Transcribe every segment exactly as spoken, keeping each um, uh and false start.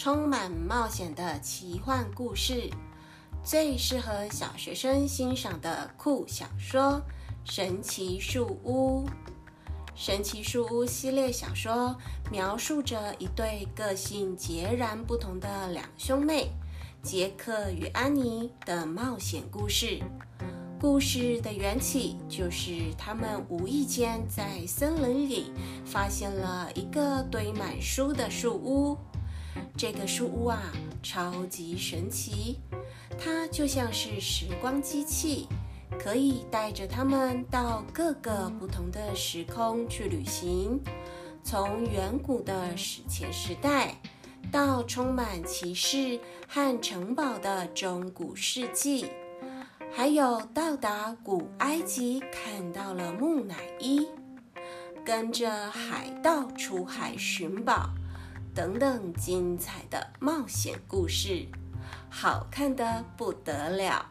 充满冒险的奇幻故事，最适合小学生欣赏的酷小说《神奇树屋》。神奇树屋系列小说描述着一对个性截然不同的两兄妹杰克与安妮的冒险故事。故事的缘起就是他们无意间在森林里发现了一个堆满书的树屋。这个树屋啊，超级神奇，它就像是时光机器，可以带着他们到各个不同的时空去旅行，从远古的史前时代到充满骑士和城堡的中古世纪，还有到达古埃及看到了木乃伊，跟着海盗出海寻宝等等精彩的冒险故事，好看得不得了。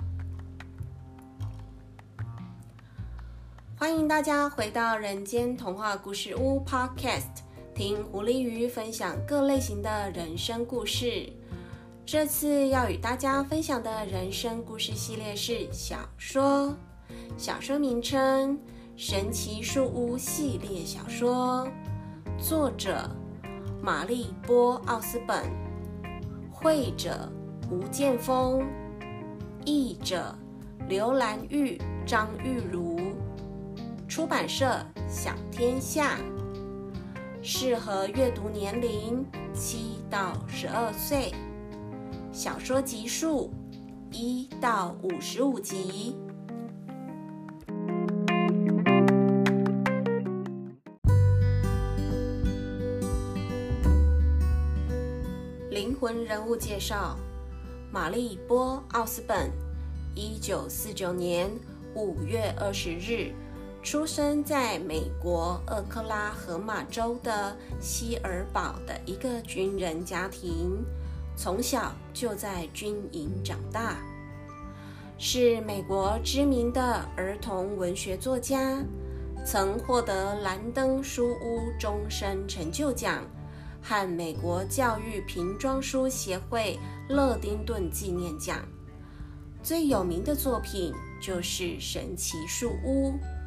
欢迎大家回到人间童话故事屋 Podcast， 听狐狸鱼分享各类型的人生故事。这次要与大家分享的人生故事系列是小说，小说名称《神奇树屋系列小说》，作者玛丽波·奥斯本，绘者吴建峰，译者刘兰玉、张玉如，出版社小天下，适合阅读年龄七到十二岁，小说集数一到五十五集。灵魂人物介绍：玛丽波·奥斯本，一九四九年五月二十日出生在美国俄克拉荷马州的希尔堡的一个军人家庭，从小就在军营长大，是美国知名的儿童文学作家，曾获得兰登书屋终身成就奖和美国教育瓶装书协会勒丁顿纪念奖。最有名的作品就是《神奇树屋》。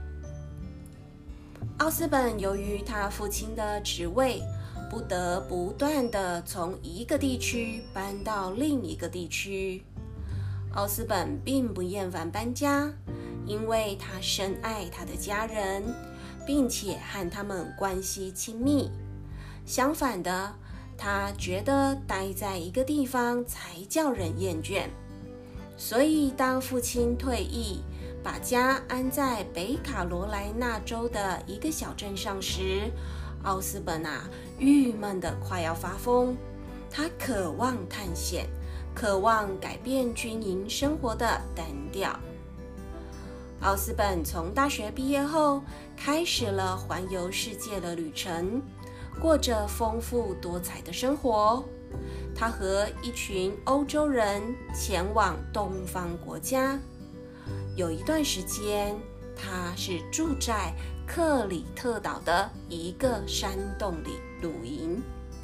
奥斯本由于他父亲的职位，不得不断地从一个地区搬到另一个地区。奥斯本并不厌烦搬家，因为他深爱他的家人，并且和他们关系亲密。相反的，他觉得待在一个地方才叫人厌倦。所以当父亲退役，把家安在北卡罗来纳州的一个小镇上时，奥斯本啊，郁闷得快要发疯。他渴望探险，渴望改变军营生活的单调。奥斯本从大学毕业后，开始了环游世界的旅程，过着丰富多彩的生活。他和一群欧洲人前往东方国家，有一段时间，他是住在克里特岛的一个山洞里露营。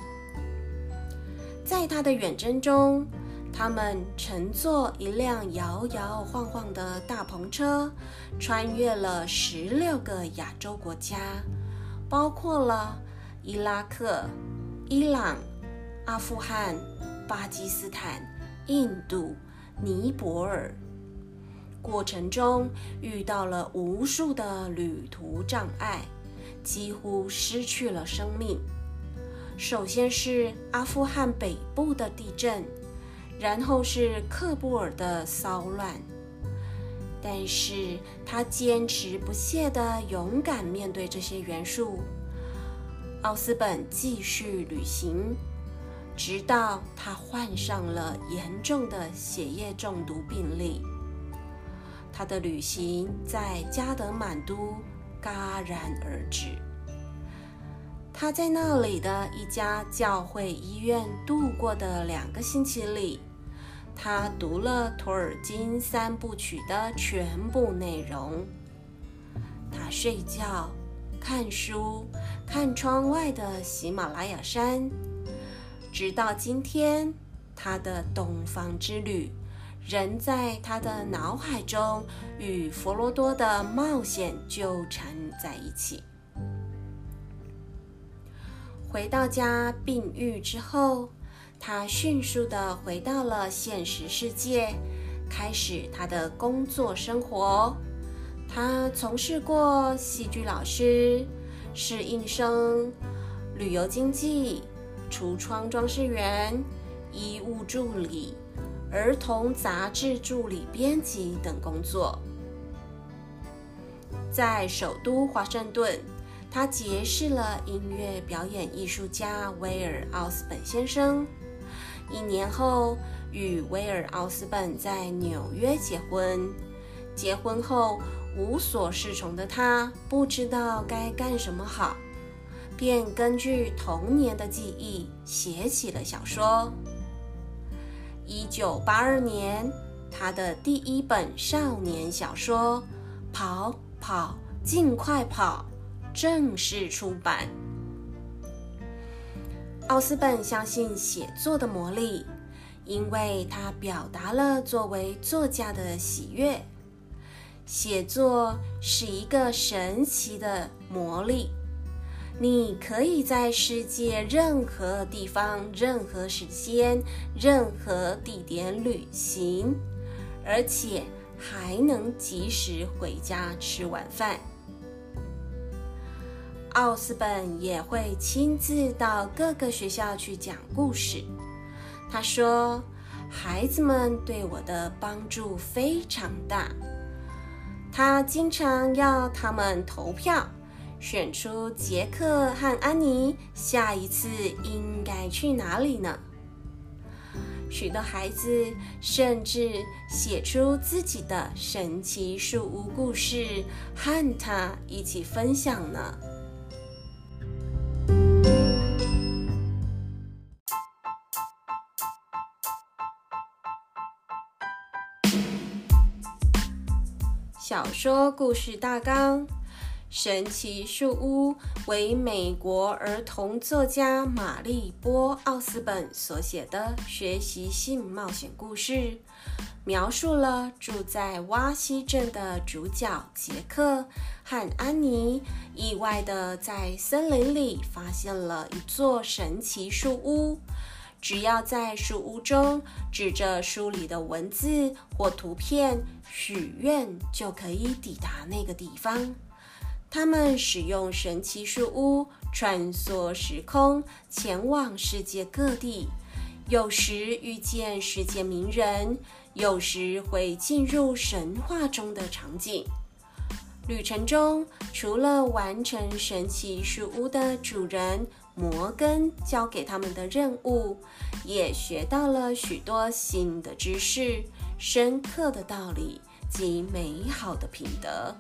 在他的远征中，他们乘坐一辆摇摇晃晃的大篷车，穿越了十六个亚洲国家，包括了伊拉克、伊朗、阿富汗、巴基斯坦、印度、尼泊尔。过程中遇到了无数的旅途障碍，几乎失去了生命。首先是阿富汗北部的地震，然后是喀布尔的骚乱。但是他坚持不懈地勇敢面对这些元素。奥斯本继续旅行，直到他患上了严重的血液中毒病例。他的旅行在加德满都戛然而止。他在那里的一家教会医院度过的两个星期里，他读了托尔金三部曲的全部内容。他睡觉、看书、看窗外的喜马拉雅山， 直到今天，他的东方之旅仍在他的脑海中与佛罗多的冒险纠缠在一起。回到家病愈之后，他迅速地回到了现实世界，开始他的工作生活。他从事过戏剧老师、侍应生、旅游经纪、橱窗装饰员、医务助理、儿童杂志助理编辑等工作。在首都华盛顿，他结识了音乐表演艺术家威尔·奥斯本先生。一年后，与威尔·奥斯本在纽约结婚。结婚后，无所适从的他不知道该干什么好，便根据童年的记忆写起了小说。一九八二年，他的第一本少年小说《跑跑尽快跑》正式出版。奥斯本相信写作的魔力，因为他表达了作为作家的喜悦。写作是一个神奇的魔力，你可以在世界任何地方、任何时间、任何地点旅行，而且还能及时回家吃晚饭。奥斯本也会亲自到各个学校去讲故事。他说，孩子们对我的帮助非常大。他经常要他们投票，选出杰克和安妮下一次应该去哪里呢？许多孩子甚至写出自己的神奇树屋故事，和他一起分享呢。小说故事大纲：神奇树屋为美国儿童作家玛丽波·奥斯本所写的学习性冒险故事，描述了住在洼西镇的主角杰克和安妮意外地在森林里发现了一座神奇树屋。只要在树屋中指着书里的文字或图片许愿，就可以抵达那个地方。他们使用神奇树屋穿梭时空，前往世界各地，有时遇见世界名人，有时会进入神话中的场景。旅程中，除了完成神奇树屋的主人摩根交给他们的任务，也学到了许多新的知识、深刻的道理及美好的品德。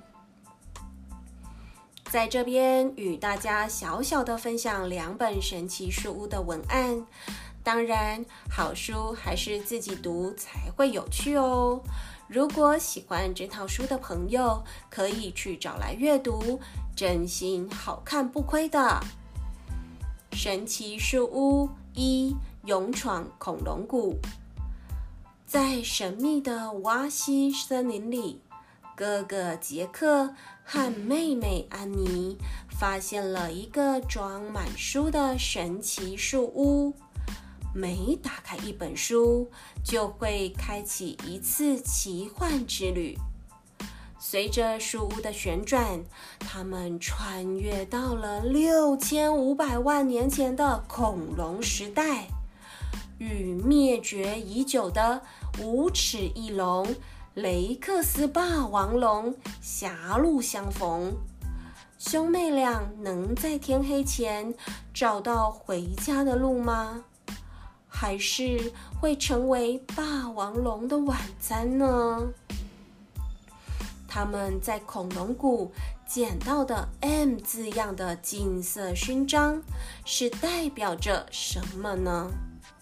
在这边与大家小小的分享两本神奇树屋的文案，当然好书还是自己读才会有趣哦。如果喜欢这套书的朋友，可以去找来阅读，真心好看不亏的。神奇树屋一，勇闯恐龙谷。在神秘的洼西森林里，哥哥杰克和妹妹安妮发现了一个装满书的神奇树屋。每打开一本书，就会开启一次奇幻之旅。随着树屋的旋转，他们穿越到了六千五百万年前的恐龙时代，与灭绝已久的无齿翼龙雷克斯霸王龙狭路相逢。兄妹俩能在天黑前找到回家的路吗？还是会成为霸王龙的晚餐呢？他们在恐龙谷捡到的 M 字样的金色勋章是代表着什么呢？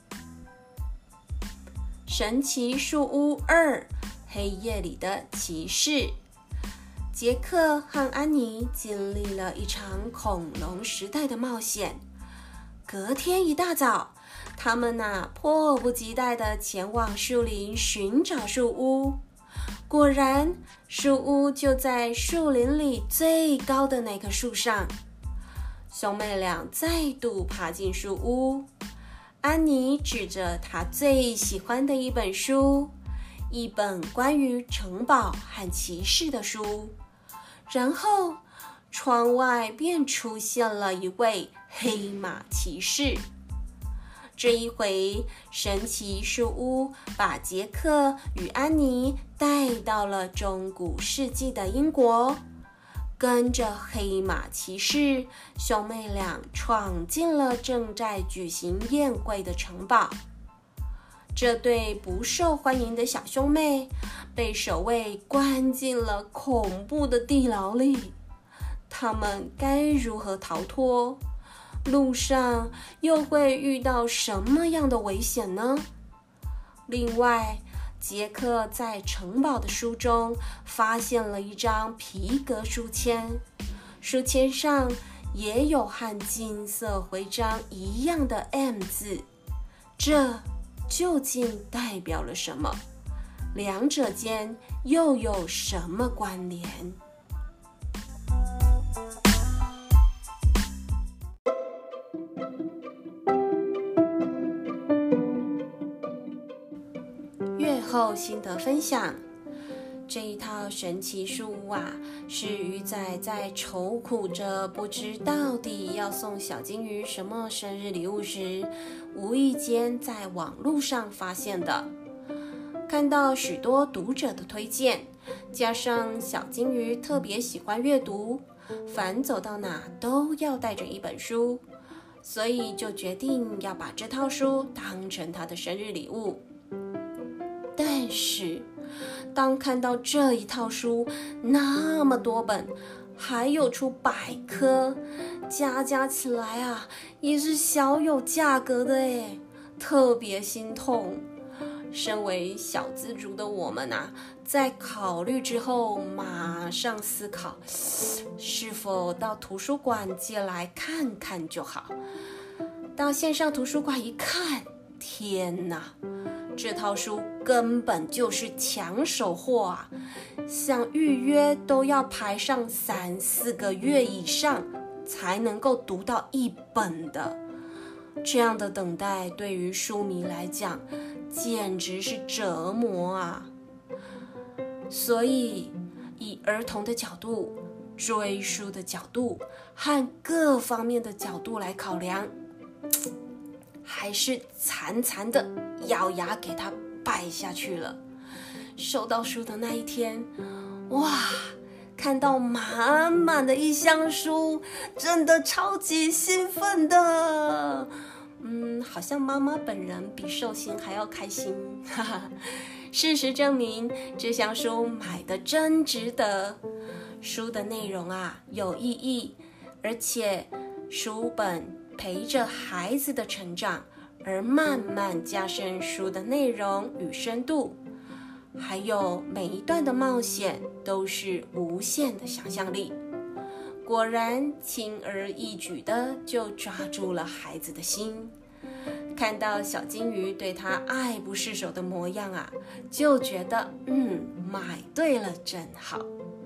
神奇树屋二，黑夜里的骑士。杰克和安妮经历了一场恐龙时代的冒险。 隔天一大早，他们呐、迫不及待地前往树林寻找树屋。果然，树屋就在树林里最高的那棵树上。兄妹俩再度爬进树屋，安妮指着她最喜欢的一本书，一本关于城堡和骑士的书。然后，窗外便出现了一位黑马骑士。这一回，神奇树屋把杰克与安妮带到了中古世纪的英国，跟着黑马骑士，兄妹俩闯进了正在举行宴会的城堡。这对不受欢迎的小兄妹被守卫关进了恐怖的地牢里，他们该如何逃脱？路上又会遇到什么样的危险呢？另外，杰克在城堡的书中发现了一张皮革书签，书签上也有和金色徽章一样的 M 字，这究竟代表了什么？两者间又有什么关联？阅后心得分享：这一套神奇树屋啊，是鱼仔在愁苦着不知到底要送小金鱼什么生日礼物时，无意间在网络上发现的。看到许多读者的推荐，加上小金鱼特别喜欢阅读，凡走到哪都要带着一本书，所以就决定要把这套书当成他的生日礼物。但是当看到这一套书那么多本，还有出百科，加加起来啊，也是小有价格的耶，特别心痛。身为小资族的我们啊，在考虑之后，马上思考是否到图书馆借来看看就好。到线上图书馆一看，天哪，这套书根本就是抢手货啊！想预约都要排上三四个月以上，才能够读到一本的。这样的等待对于书迷来讲，简直是折磨啊！所以，以儿童的角度、追书的角度和各方面的角度来考量，还是惨惨的咬牙给它败下去了。收到书的那一天，哇，看到满满的一箱书，真的超级兴奋的。嗯，好像妈妈本人比寿星还要开心，哈哈。事实证明，这箱书买得真值得。书的内容啊有意义，而且书本陪着孩子的成长，而慢慢加深书的内容与深度。还有每一段的冒险都是无限的想象力。果然轻而易举的就抓住了孩子的心。看到小金鱼对他爱不释手的模样啊，就觉得嗯，买对了真好。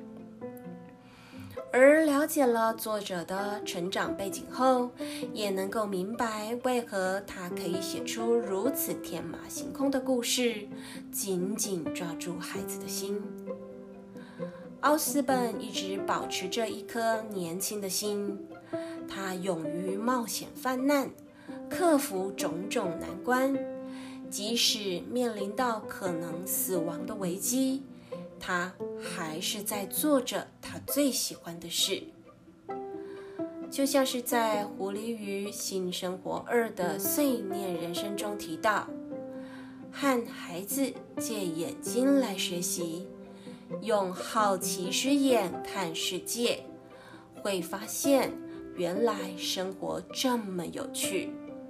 而了解了作者的成长背景后，也能够明白为何他可以写出如此天马行空的故事，紧紧抓住孩子的心。奥斯本一直保持着一颗年轻的心，他勇于冒险犯难，克服种种难关，即使面临到可能死亡的危机，他还是在做着他最喜欢的事。就像是在《狐狸鱼新生活二》的碎念人生中提到，和孩子借眼睛来学习，用好奇之眼看世界，会发现原来生活这么有趣。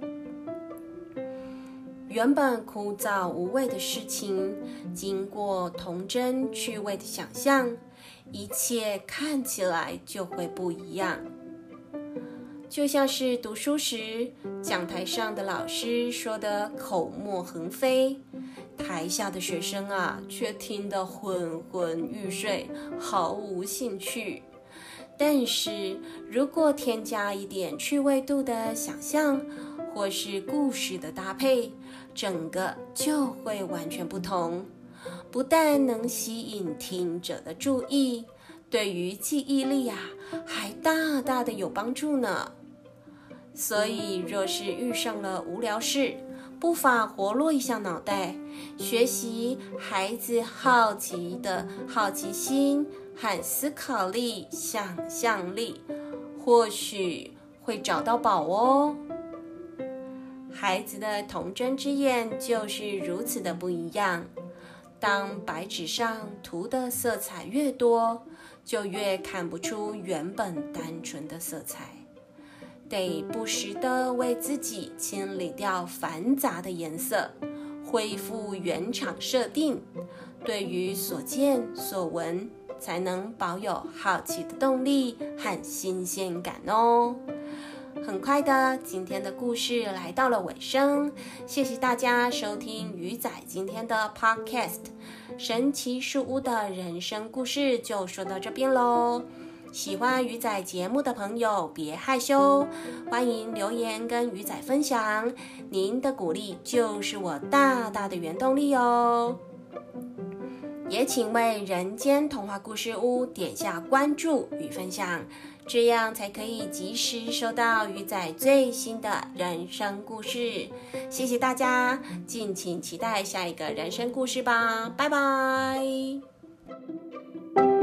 原本枯燥无味的事情，经过童真趣味的想象，一切看起来就会不一样。 就像是读书时讲台上的老师说的口沫横飞，台下的学生啊却听得昏昏欲睡，毫无兴趣。但是如果添加一点趣味度的想象或是故事的搭配，整个就会完全不同，不但能吸引听者的注意，对于记忆力啊还大大的有帮助呢。所以若是遇上了无聊事，不妨活络一下脑袋，学习孩子好奇的好奇心和思考力、想象力，或许会找到宝哦。孩子的童真之眼就是如此的不一样。当白纸上涂的色彩越多，就越看不出原本单纯的色彩。得不时地为自己清理掉繁杂的颜色，恢复原厂设定，对于所见所闻才能保有好奇的动力和新鲜感哦。很快的，今天的故事来到了尾声，谢谢大家收听鱼仔今天的 podcast 神奇树屋的人生故事就说到这边咯。喜欢鱼仔节目的朋友别害羞，欢迎留言跟鱼仔分享，您的鼓励就是我大大的原动力哦。也请为人间童话故事屋点下关注与分享，这样才可以及时收到鱼仔最新的人生故事。谢谢大家，敬请期待下一个人生故事吧，拜拜。